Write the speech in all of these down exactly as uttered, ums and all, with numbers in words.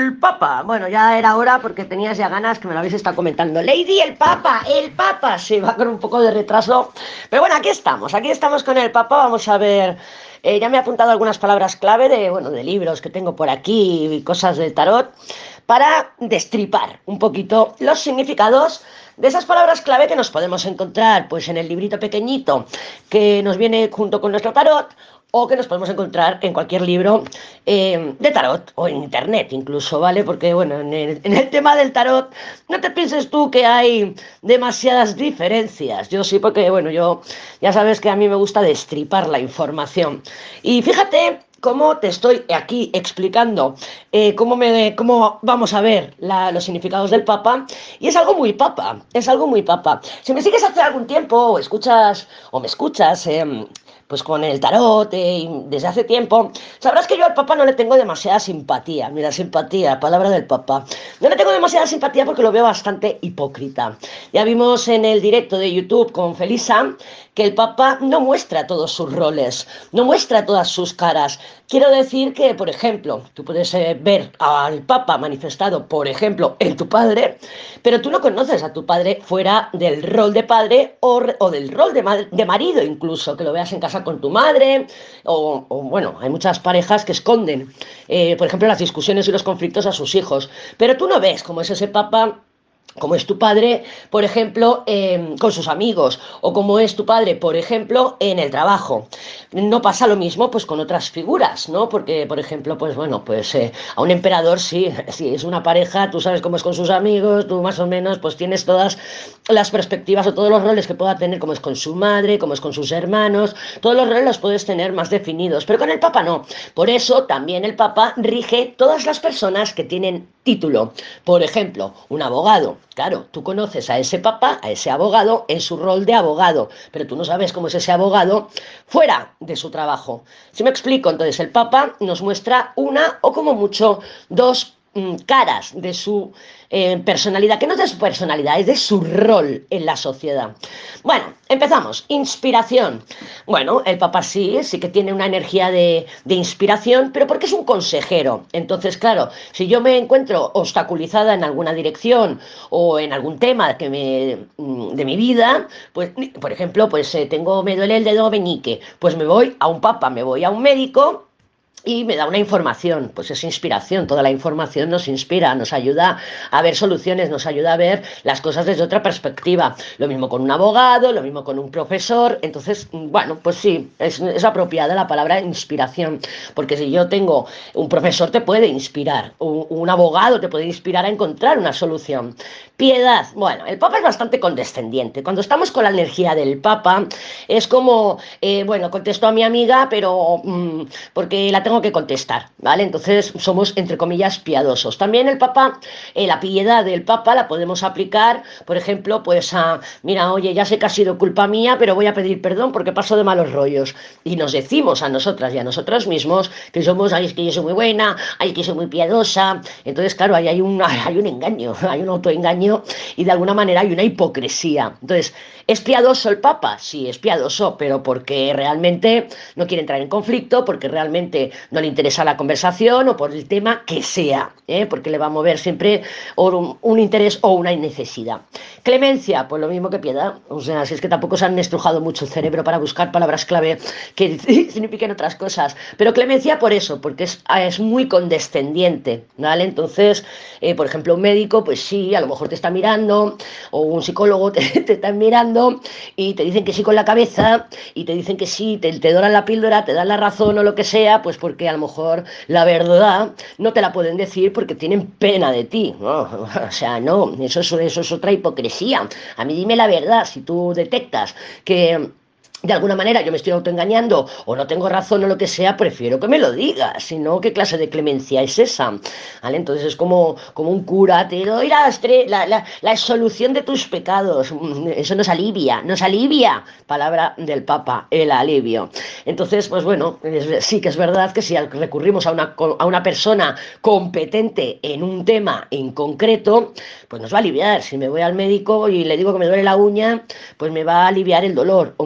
el Papa. Bueno, ya era hora porque tenías ya ganas que me lo habéis estado comentando. Lady, el Papa, el Papa. Sí, va con un poco de retraso. Pero bueno, aquí estamos, aquí estamos con el Papa. Vamos a ver. Eh, ya me he apuntado algunas palabras clave de, bueno, de libros que tengo por aquí y cosas del tarot para destripar un poquito los significados de esas palabras clave que nos podemos encontrar pues en el librito pequeñito que nos viene junto con nuestro tarot o que nos podemos encontrar en cualquier libro eh, de tarot o en internet incluso, ¿vale? Porque bueno, en el, en el tema del tarot no te pienses tú que hay demasiadas diferencias. Yo sí, porque bueno, yo ya sabes que a mí me gusta destripar la información. Y fíjate cómo te estoy aquí explicando eh, cómo, me, cómo vamos a ver la, los significados del Papa, y es algo muy Papa, es algo muy Papa. Si me sigues hace algún tiempo o escuchas o me escuchas eh, pues con el tarot eh, desde hace tiempo, sabrás que yo al Papa no le tengo demasiada simpatía. Mira, simpatía, palabra del Papa. No le tengo demasiada simpatía porque lo veo bastante hipócrita. Ya vimos en el directo de YouTube con Felisa que el Papa no muestra todos sus roles, no muestra todas sus caras. Quiero decir que, por ejemplo, tú puedes eh, ver al Papa manifestado, por ejemplo, en tu padre, pero tú no conoces a tu padre fuera del rol de padre o, o del rol de, de marido incluso, que lo veas en casa con tu madre, o, o bueno, hay muchas parejas que esconden, eh, por ejemplo, las discusiones y los conflictos a sus hijos, pero tú no ves cómo es ese Papa, como es tu padre, por ejemplo, eh, con sus amigos, o como es tu padre, por ejemplo, en el trabajo. No pasa lo mismo pues con otras figuras, ¿no? Porque, por ejemplo, pues bueno, pues eh, a un emperador sí, sí, es una pareja, tú sabes cómo es con sus amigos, tú más o menos pues tienes todas las perspectivas o todos los roles que pueda tener, como es con su madre, como es con sus hermanos, todos los roles los puedes tener más definidos, pero con el Papa no. Por eso también el Papa rige todas las personas que tienen título. Por ejemplo, un abogado. Claro, tú conoces a ese Papa, a ese abogado, en su rol de abogado, pero tú no sabes cómo es ese abogado fuera de su trabajo. Si me explico, entonces el Papa nos muestra una o como mucho dos mm, caras de su eh, personalidad, que no es de su personalidad, es de su rol en la sociedad. Bueno, empezamos. Inspiración. Bueno, el Papa sí, sí que tiene una energía de, de inspiración, pero porque es un consejero. Entonces, claro, si yo me encuentro obstaculizada en alguna dirección o en algún tema que me, de mi vida, pues, por ejemplo, pues eh, tengo, me duele el dedo meñique, pues me voy a un Papa, me voy a un médico y me da una información, pues es inspiración, toda la información nos inspira, nos ayuda a ver soluciones, nos ayuda a ver las cosas desde otra perspectiva. Lo mismo con un abogado, lo mismo con un profesor, entonces, bueno, pues sí, es, es apropiada la palabra inspiración, porque si yo tengo un profesor te puede inspirar, un, un abogado te puede inspirar a encontrar una solución. Piedad, bueno, el Papa es bastante condescendiente, cuando estamos con la energía del Papa, es como, eh, bueno, contesto a mi amiga, pero mmm, porque la tengo tengo que contestar, ¿vale? Entonces somos, entre comillas, piadosos. También el Papa, eh, la piedad del Papa la podemos aplicar, por ejemplo, pues a, mira, oye, ya sé que ha sido culpa mía, pero voy a pedir perdón porque paso de malos rollos. Y nos decimos a nosotras y a nosotros mismos que somos, ay, es que yo soy muy buena, ay, que soy muy piadosa. Entonces, claro, ahí hay un, hay un engaño, hay un autoengaño y de alguna manera hay una hipocresía. Entonces, ¿es piadoso el Papa? Sí, es piadoso, pero porque realmente no quiere entrar en conflicto, porque realmente no le interesa la conversación o por el tema que sea, ¿eh? Porque le va a mover siempre un, un interés o una necesidad. Clemencia, pues lo mismo que piedad. O sea, si es que tampoco se han estrujado mucho el cerebro para buscar palabras clave que signifiquen otras cosas. Pero clemencia por eso, porque es, es muy condescendiente, ¿vale? Entonces, eh, por ejemplo, un médico, pues sí, a lo mejor te está mirando, o un psicólogo te, te está mirando y te dicen que sí con la cabeza y te dicen que sí, te, te doran la píldora, te dan la razón o lo que sea, pues porque a lo mejor la verdad no te la pueden decir porque tienen pena de ti, ¿no? O sea, no, eso es, eso es otra hipocresía. A mí dime la verdad, si tú detectas que de alguna manera yo me estoy autoengañando o no tengo razón o lo que sea, prefiero que me lo digas, si no, ¿qué clase de clemencia es esa? ¿Vale? Entonces es como, como un cura, te doy la, la, la, la solución de tus pecados, eso nos alivia, nos alivia, palabra del Papa, el alivio. Entonces, pues bueno, es, sí que es verdad que si recurrimos a una, a una persona competente en un tema en concreto, pues nos va a aliviar. Si me voy al médico y le digo que me duele la uña, pues me va a aliviar el dolor o me va a aliviar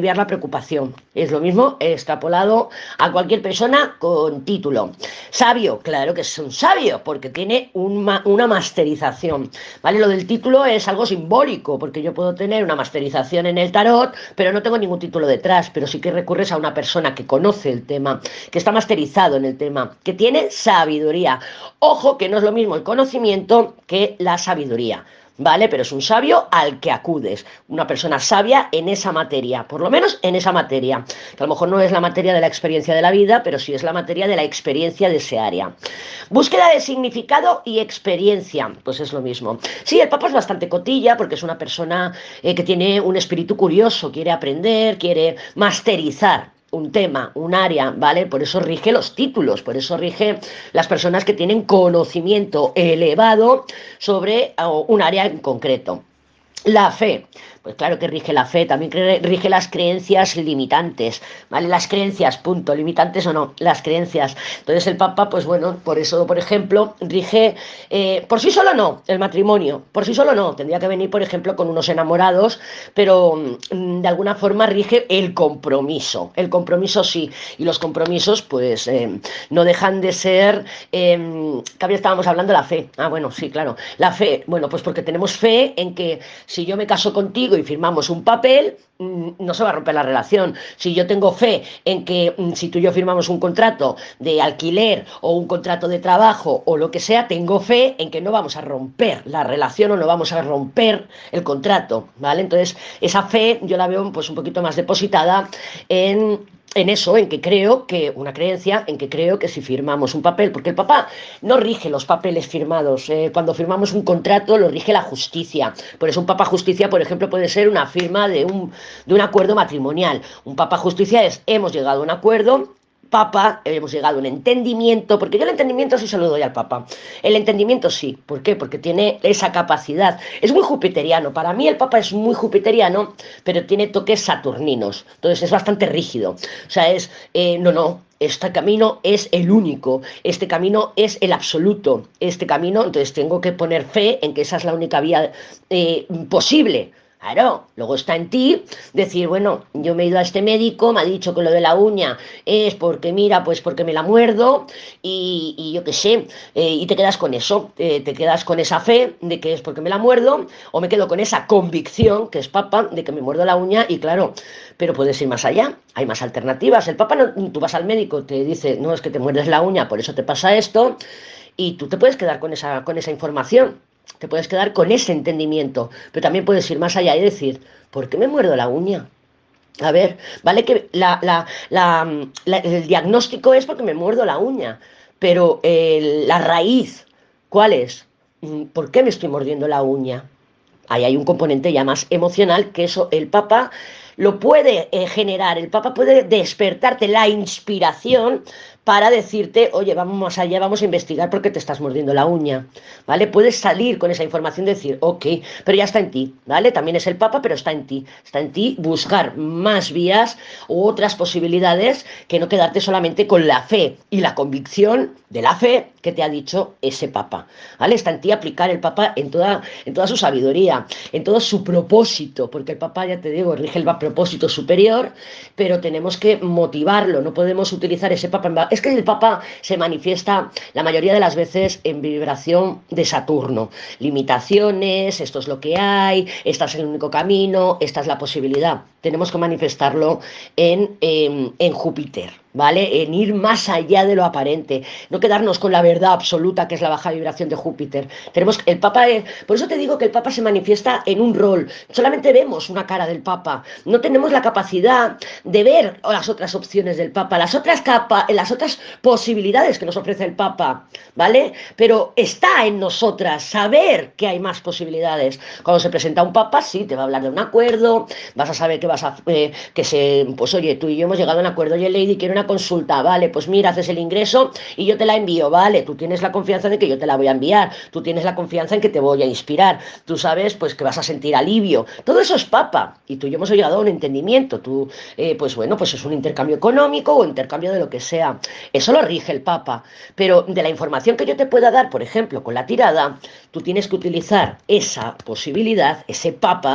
aliviar la preocupación. Es lo mismo extrapolado a cualquier persona con título. Sabio, claro que es un sabio, porque tiene un ma una masterización, ¿vale? Lo del título es algo simbólico, porque yo puedo tener una masterización en el tarot, pero no tengo ningún título detrás, pero sí que recurres a una persona que conoce el tema, que está masterizado en el tema, que tiene sabiduría. Ojo, que no es lo mismo el conocimiento que la sabiduría, ¿vale? Pero es un sabio al que acudes, una persona sabia en esa materia, por lo menos en esa materia, que a lo mejor no es la materia de la experiencia de la vida, pero sí es la materia de la experiencia de ese área. Búsqueda de significado y experiencia, pues es lo mismo. Sí, el Papa es bastante cotilla porque es una persona eh, que tiene un espíritu curioso, quiere aprender, quiere masterizar un tema, un área, ¿vale? Por eso rige los títulos, por eso rige las personas que tienen conocimiento elevado sobre oh, un área en concreto. La fe, pues claro que rige la fe, también rige las creencias limitantes, ¿vale? Las creencias, punto, limitantes o no, las creencias. Entonces el Papa, pues bueno, por eso, por ejemplo, rige, eh, por sí solo no, el matrimonio, por sí solo no, tendría que venir, por ejemplo, con unos enamorados, pero mm, de alguna forma rige el compromiso, el compromiso sí, y los compromisos, pues eh, no dejan de ser, eh, que había estábamos hablando de la fe, ah, bueno, sí, claro, la fe, bueno, pues porque tenemos fe en que si yo me caso contigo y firmamos un papel, no se va a romper la relación. Si yo tengo fe en que si tú y yo firmamos un contrato de alquiler o un contrato de trabajo o lo que sea, tengo fe en que no vamos a romper la relación o no vamos a romper el contrato, ¿vale? Entonces, esa fe yo la veo pues un poquito más depositada en en eso, en que creo que, una creencia, en que creo que si firmamos un papel, porque el Papa no rige los papeles firmados, eh, cuando firmamos un contrato lo rige la justicia, por eso un Papa Justicia, por ejemplo, puede ser una firma de un, de un acuerdo matrimonial, un Papa Justicia es, hemos llegado a un acuerdo, Papa, hemos llegado a un entendimiento, porque yo el entendimiento sí se lo doy al Papa. El entendimiento sí. ¿Por qué? Porque tiene esa capacidad. Es muy jupiteriano. Para mí el Papa es muy jupiteriano, pero tiene toques saturninos. Entonces es bastante rígido. O sea, es, eh, no, no, este camino es el único, este camino es el absoluto, este camino, entonces tengo que poner fe en que esa es la única vía eh, posible. Claro, luego está en ti decir, bueno, yo me he ido a este médico, me ha dicho que lo de la uña es porque, mira, pues porque me la muerdo y, y yo qué sé, eh, y te quedas con eso, eh, te quedas con esa fe de que es porque me la muerdo, o me quedo con esa convicción, que es Papa, de que me muerdo la uña y claro, pero puedes ir más allá, hay más alternativas. El Papa, no, tú vas al médico, te dice, no, es que te muerdes la uña, por eso te pasa esto, y tú te puedes quedar con esa, con esa información. Te puedes quedar con ese entendimiento, pero también puedes ir más allá y decir, ¿por qué me muerdo la uña? A ver, vale que la, la, la, la, el diagnóstico es porque me muerdo la uña, pero el, la raíz, ¿cuál es? ¿Por qué me estoy mordiendo la uña? Ahí hay un componente ya más emocional que eso el Papa lo puede eh, generar, el Papa puede despertarte la inspiración para decirte, oye, vamos más allá, vamos a investigar por qué te estás mordiendo la uña, ¿vale? Puedes salir con esa información y decir, ok, pero ya está en ti, ¿vale? También es el Papa, pero está en ti, está en ti buscar más vías u otras posibilidades que no quedarte solamente con la fe y la convicción de la fe que te ha dicho ese Papa, ¿vale? Está en ti aplicar el Papa en toda, en toda su sabiduría, en todo su propósito, porque el Papa, ya te digo, rige el propósito superior, pero tenemos que motivarlo, no podemos utilizar ese Papa en... Es que el Papa se manifiesta la mayoría de las veces en vibración de Saturno, limitaciones, esto es lo que hay, este es el único camino, esta es la posibilidad, tenemos que manifestarlo en, en, en Júpiter, ¿vale? En ir más allá de lo aparente, no quedarnos con la verdad absoluta que es la baja vibración de Júpiter. Tenemos el Papa, es, por eso te digo que el Papa se manifiesta en un rol. Solamente vemos una cara del Papa, no tenemos la capacidad de ver las otras opciones del Papa, las otras capa, las otras posibilidades que nos ofrece el Papa, ¿vale? Pero está en nosotras saber que hay más posibilidades. Cuando se presenta un Papa, sí, te va a hablar de un acuerdo, vas a saber que vas a eh, que se, pues oye, tú y yo hemos llegado a un acuerdo, oye, Lady, quiero una consulta, vale, pues mira, haces el ingreso y yo te la envío, vale, tú tienes la confianza de que yo te la voy a enviar, tú tienes la confianza en que te voy a inspirar, tú sabes pues que vas a sentir alivio, todo eso es Papa, y tú y yo hemos llegado a un entendimiento, tú, eh, pues bueno, pues es un intercambio económico o intercambio de lo que sea, eso lo rige el Papa, pero de la información que yo te pueda dar, por ejemplo, con la tirada, tú tienes que utilizar esa posibilidad, ese Papa,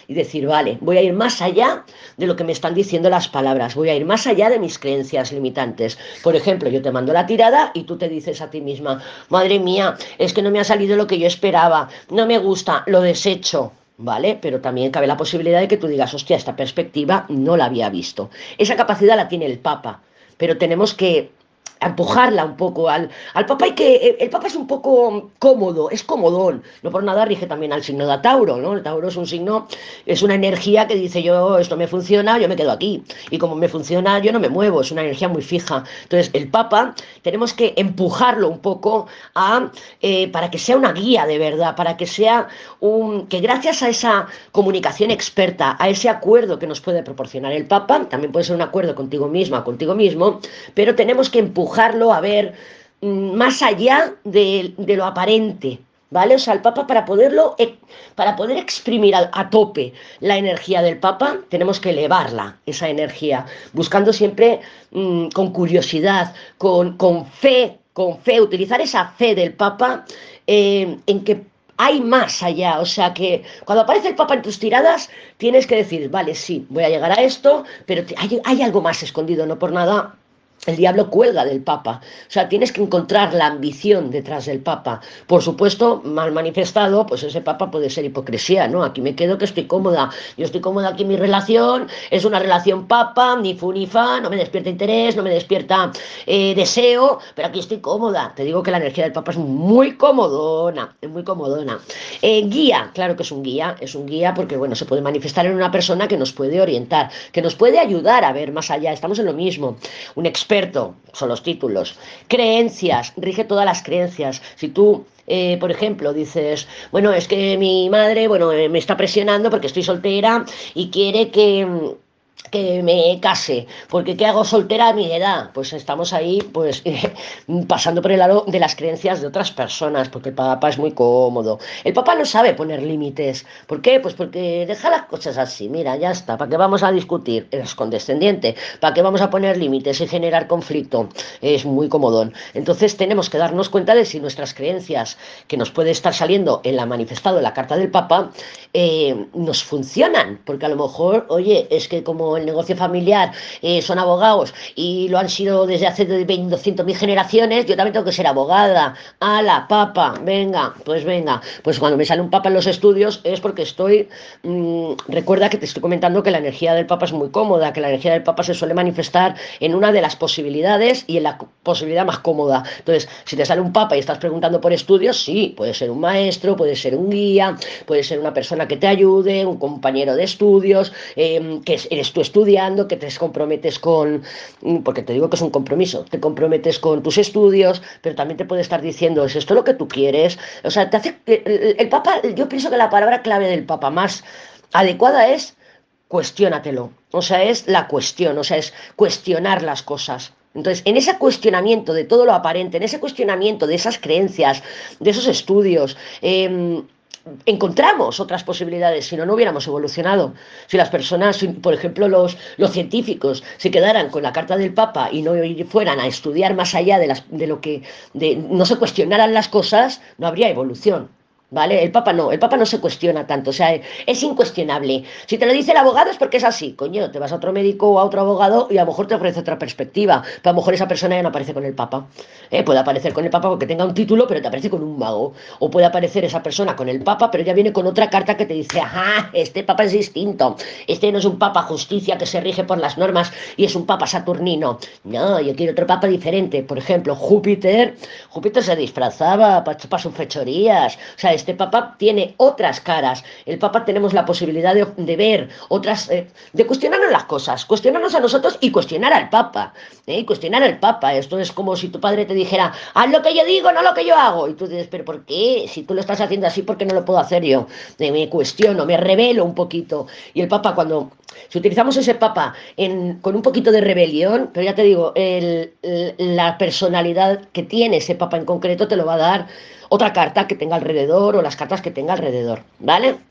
y decir, vale, voy a ir más allá de lo que me están diciendo las palabras, voy a ir más allá de mis creencias limitantes. Por ejemplo, yo te mando la tirada y tú te dices a ti misma, madre mía, es que no me ha salido lo que yo esperaba, no me gusta, lo desecho. ¿Vale? Pero también cabe la posibilidad de que tú digas, hostia, esta perspectiva no la había visto. Esa capacidad la tiene el Papa, pero tenemos que empujarla un poco al, al Papa. Hay que, el, el Papa es un poco cómodo, es comodón, no por nada rige también al signo de Tauro, ¿no? El Tauro es un signo, es una energía que dice yo, esto me funciona, yo me quedo aquí, y como me funciona, yo no me muevo, es una energía muy fija. Entonces, el Papa tenemos que empujarlo un poco a, eh, para que sea una guía de verdad, para que sea un, que gracias a esa comunicación experta, a ese acuerdo que nos puede proporcionar el Papa, también puede ser un acuerdo contigo misma, contigo mismo, pero tenemos que empujarlo a ver mm, más allá de, de lo aparente. ¿Vale? O sea, el Papa para poderlo, eh, para poder exprimir a, a tope la energía del Papa, tenemos que elevarla, esa energía, buscando siempre mmm, con curiosidad, con, con fe, con fe, utilizar esa fe del Papa eh, en que hay más allá, o sea que cuando aparece el Papa en tus tiradas, tienes que decir, vale, sí, voy a llegar a esto, pero hay, hay algo más escondido, no por nada. El diablo cuelga del Papa, o sea, tienes que encontrar la ambición detrás del Papa. Por supuesto, mal manifestado, pues ese Papa puede ser hipocresía, ¿no? Aquí me quedo que estoy cómoda, yo estoy cómoda aquí en mi relación, es una relación Papa, ni fu ni fa, no me despierta interés, no me despierta eh, deseo, pero aquí estoy cómoda. Te digo que la energía del Papa es muy comodona, es muy comodona. Eh, guía, claro que es un guía, es un guía porque, bueno, se puede manifestar en una persona que nos puede orientar, que nos puede ayudar a ver más allá, estamos en lo mismo. Un experto, son los títulos. Creencias, rige todas las creencias. Si tú, eh, por ejemplo, dices, bueno, es que mi madre, bueno, eh, me está presionando porque estoy soltera y quiere que que me case, porque ¿qué hago soltera a mi edad? Pues estamos ahí, pues, eh, pasando por el aro de las creencias de otras personas, porque el Papa es muy cómodo. El Papa no sabe poner límites. ¿Por qué? Pues porque deja las cosas así, mira, ya está. ¿Para qué vamos a discutir? Es condescendiente. ¿Para qué vamos a poner límites y generar conflicto? Es muy comodón. Entonces tenemos que darnos cuenta de si nuestras creencias, que nos puede estar saliendo en la manifestado, en la carta del Papa, eh, nos funcionan, porque a lo mejor, oye, es que como el negocio familiar eh, son abogados y lo han sido desde hace doscientas mil generaciones, yo también tengo que ser abogada. ¡Hala, Papa! Venga, pues venga. Pues cuando me sale un Papa en los estudios es porque estoy... Mmm, recuerda que te estoy comentando que la energía del Papa es muy cómoda, que la energía del Papa se suele manifestar en una de las posibilidades y en la posibilidad más cómoda. Entonces, si te sale un Papa y estás preguntando por estudios, sí, puede ser un maestro, puede ser un guía, puede ser una persona que te ayude, un compañero de estudios, eh, que eres tú estudiando, que te comprometes con, porque te digo que es un compromiso, te comprometes con tus estudios, pero también te puede estar diciendo, ¿es esto lo que tú quieres? O sea, te hace, el, el Papa, yo pienso que la palabra clave del Papa más adecuada es cuestiónatelo, o sea, es la cuestión, o sea, es cuestionar las cosas. Entonces, en ese cuestionamiento de todo lo aparente, en ese cuestionamiento de esas creencias, de esos estudios, eh, encontramos otras posibilidades, si no, no hubiéramos evolucionado. Si las personas, por ejemplo, los, los científicos, se quedaran con la carta del Papa y no fueran a estudiar más allá de, las, de lo que, de, no se cuestionaran las cosas, no habría evolución. ¿Vale? El Papa no, el Papa no se cuestiona tanto, o sea, es incuestionable. Si te lo dice el abogado es porque es así, coño, te vas a otro médico o a otro abogado y a lo mejor te ofrece otra perspectiva, pero a lo mejor esa persona ya no aparece con el Papa. ¿Eh? Puede aparecer con el Papa porque tenga un título, pero te aparece con un mago. O puede aparecer esa persona con el Papa, pero ya viene con otra carta que te dice, ajá, este Papa es distinto, este no es un Papa justicia que se rige por las normas y es un Papa saturnino. No, yo quiero otro Papa diferente. Por ejemplo, Júpiter, Júpiter se disfrazaba para pa sus fechorías, o sea, este Papa tiene otras caras. El Papa tenemos la posibilidad de, de ver otras, eh, de cuestionarnos las cosas, cuestionarnos a nosotros y cuestionar al Papa, ¿eh? Cuestionar al Papa. Esto es como si tu padre te dijera, haz lo que yo digo, no lo que yo hago. Y tú dices, pero ¿por qué? Si tú lo estás haciendo así, ¿por qué no lo puedo hacer yo? Eh, me cuestiono, me rebelo un poquito. Y el Papa, cuando, si utilizamos ese Papa en, con un poquito de rebelión, pero ya te digo, el, el, la personalidad que tiene ese Papa en concreto te lo va a dar otra carta que tenga alrededor o las cartas que tenga alrededor, ¿vale?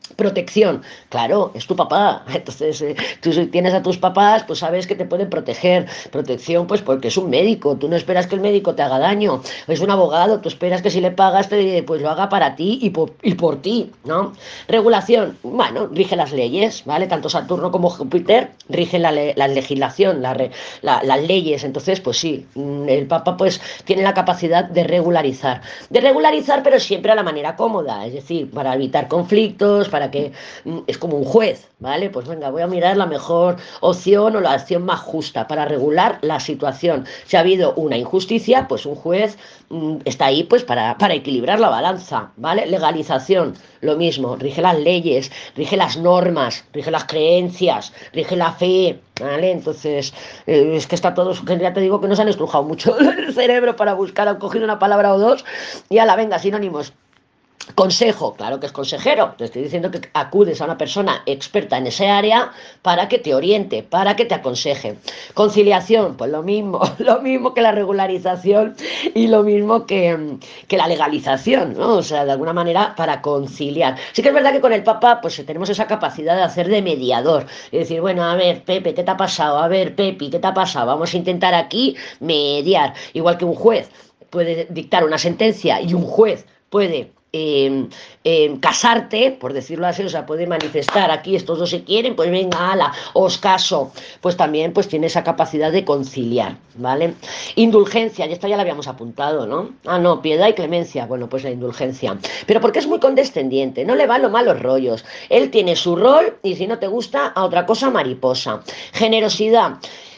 Protección, claro, es tu papá. Entonces, eh, tú si tienes a tus papás, pues sabes que te pueden proteger. Protección, pues porque es un médico. Tú no esperas que el médico te haga daño. Es un abogado, tú esperas que si le pagas, te, pues lo haga para ti y por, y por ti, ¿no? Regulación, bueno, rige las leyes, ¿vale? Tanto Saturno como Júpiter rigen la, le- la legislación, la re- la- las leyes. Entonces, pues sí, mm, el Papa pues tiene la capacidad de regularizar. De regularizar, pero siempre a la manera cómoda, es decir, para evitar conflictos, para que mm, es como un juez, ¿vale? Pues venga, voy a mirar la mejor opción o la acción más justa para regular la situación. Si ha habido una injusticia, pues un juez mm, está ahí pues para, para equilibrar la balanza, ¿vale? Legalización, lo mismo, rige las leyes, rige las normas, rige las creencias, rige la fe, ¿vale? Entonces, eh, es que está todo, que ya te digo que nos han estrujado mucho el cerebro para buscar, han cogido una palabra o dos y a la venga, sinónimos. Consejo, claro que es consejero. Te estoy diciendo que acudes a una persona experta en ese área para que te oriente, para que te aconseje. Conciliación, pues lo mismo, lo mismo que la regularización y lo mismo que, que la legalización, ¿no? O sea, de alguna manera para conciliar. Sí que es verdad que con el Papa, pues tenemos esa capacidad de hacer de mediador. Es decir, bueno, a ver, Pepe, ¿qué te ha pasado? A ver, Pepi, ¿qué te ha pasado? Vamos a intentar aquí mediar. Igual que un juez puede dictar una sentencia y un juez puede eh, eh, casarte, por decirlo así, o sea, puede manifestar aquí estos dos se quieren, pues venga, ala, os caso, pues también pues tiene esa capacidad de conciliar, ¿vale? Indulgencia, y esto ya lo habíamos apuntado, ¿no? Ah, no, piedad y clemencia, bueno, pues la indulgencia, pero porque es muy condescendiente, no le van los malos rollos, él tiene su rol y si no te gusta, a otra cosa mariposa. Generosidad,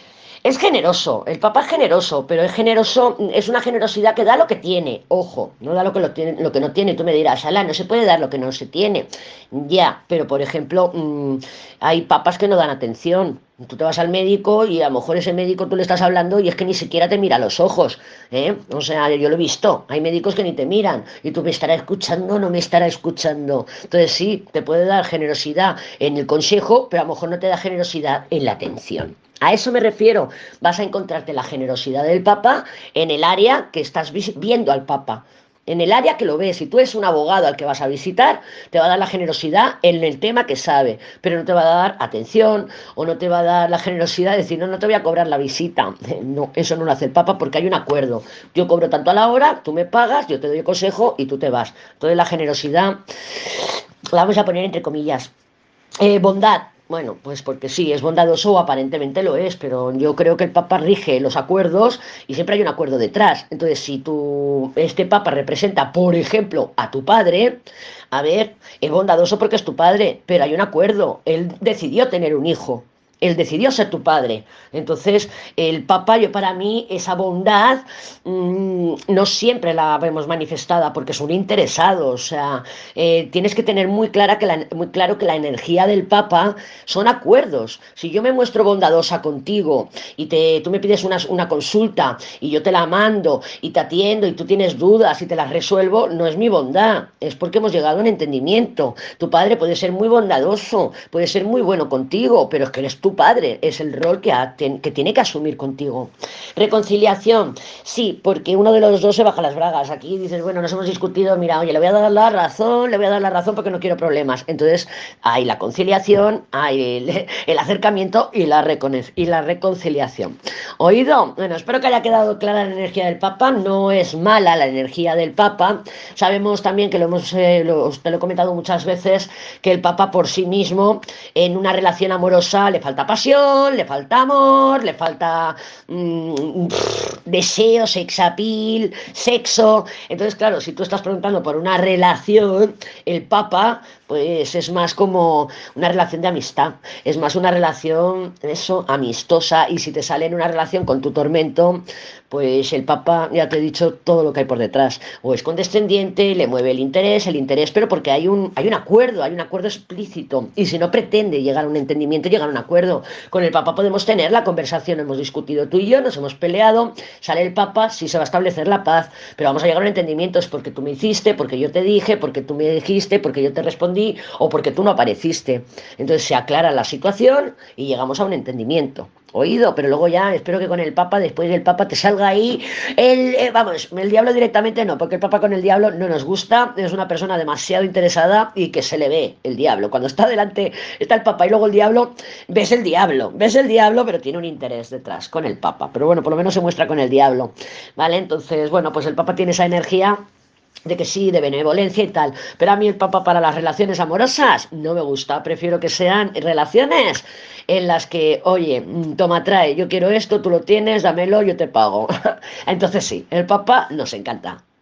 es generoso, el papá es generoso, pero es generoso, es una generosidad que da lo que tiene, ojo, no da lo que, lo tiene, lo que no tiene. Tú me dirás, Alá, no se puede dar lo que no se tiene. Ya, pero por ejemplo, mmm, hay papas que no dan atención. Tú te vas al médico y a lo mejor ese médico tú le estás hablando y es que ni siquiera te mira a los ojos, ¿eh? O sea, yo lo he visto, hay médicos que ni te miran y tú me estarás escuchando o no me estarás escuchando. Entonces sí, te puede dar generosidad en el consejo, pero a lo mejor no te da generosidad en la atención. A eso me refiero. Vas a encontrarte la generosidad del Papa en el área que estás viendo al Papa. En el área que lo ves. Si tú eres un abogado al que vas a visitar, te va a dar la generosidad en el tema que sabe, pero no te va a dar atención o no te va a dar la generosidad de decir, no, no te voy a cobrar la visita. No, eso no lo hace el Papa porque hay un acuerdo. Yo cobro tanto a la hora, tú me pagas, yo te doy el consejo y tú te vas. Entonces la generosidad la vamos a poner entre comillas. Eh, bondad, bueno, pues porque sí, es bondadoso o aparentemente lo es, pero yo creo que el Papa rige los acuerdos y siempre hay un acuerdo detrás. Entonces, si tú, este Papa representa, por ejemplo, a tu padre, a ver, es bondadoso porque es tu padre, pero hay un acuerdo. Él decidió tener un hijo. Él decidió ser tu padre. Entonces, el Papa, yo para mí, esa bondad mmm, no siempre la vemos manifestada porque es un interesado. O sea, eh, tienes que tener muy, clara que la, muy claro que la energía del Papa son acuerdos. Si yo me muestro bondadosa contigo y te, tú me pides una, una consulta y yo te la mando y te atiendo y tú tienes dudas y te las resuelvo, no es mi bondad, es porque hemos llegado a un entendimiento. Tu padre puede ser muy bondadoso, puede ser muy bueno contigo, pero es que eres tu padre, es el rol que, ha, que tiene que asumir contigo. Reconciliación, sí, porque uno de los dos se baja las bragas. Aquí dices, bueno, nos hemos discutido, mira, oye, le voy a dar la razón, le voy a dar la razón porque no quiero problemas. Entonces, hay la conciliación, hay el, el acercamiento y la, recon y la reconciliación. ¿Oído? Bueno, espero que haya quedado clara la energía del Papa. No es mala la energía del Papa. Sabemos también que lo hemos, eh, lo, te lo he comentado muchas veces, que el Papa por sí mismo, en una relación amorosa, le falta pasión, le falta amor, le falta mmm, pff, deseo, sexapil, sexo. Entonces, claro, si tú estás preguntando por una relación, el Papa pues es más como una relación de amistad, es más una relación, eso, amistosa, y si te sale en una relación con tu tormento, pues el Papa, ya te he dicho todo lo que hay por detrás, o es condescendiente, le mueve el interés, el interés, pero porque hay un, hay un acuerdo, hay un acuerdo explícito, y si no pretende llegar a un entendimiento, llegar a un acuerdo, con el Papa podemos tener la conversación, hemos discutido tú y yo, nos hemos peleado, sale el Papa, sí se va a establecer la paz, pero vamos a llegar a un entendimiento, es porque tú me hiciste, porque yo te dije, porque tú me dijiste, porque yo te respondí, o porque tú no apareciste. Entonces se aclara la situación y llegamos a un entendimiento. oído, pero luego ya espero que con el Papa, después del Papa te salga ahí el, eh, vamos, el diablo directamente no, porque el Papa con el diablo no nos gusta, es una persona demasiado interesada y que se le ve el diablo. Cuando está delante, está el Papa y luego el diablo, ves el diablo, ves el diablo, pero tiene un interés detrás con el Papa. Pero bueno, por lo menos se muestra con el diablo, ¿vale? Entonces, bueno, pues el Papa tiene esa energía de que sí, de benevolencia y tal. Pero a mí el Papa para las relaciones amorosas no me gusta. Prefiero que sean relaciones en las que, oye, mm, toma, trae, yo quiero esto, tú lo tienes, dámelo, yo te pago. Entonces sí, el Papa nos encanta.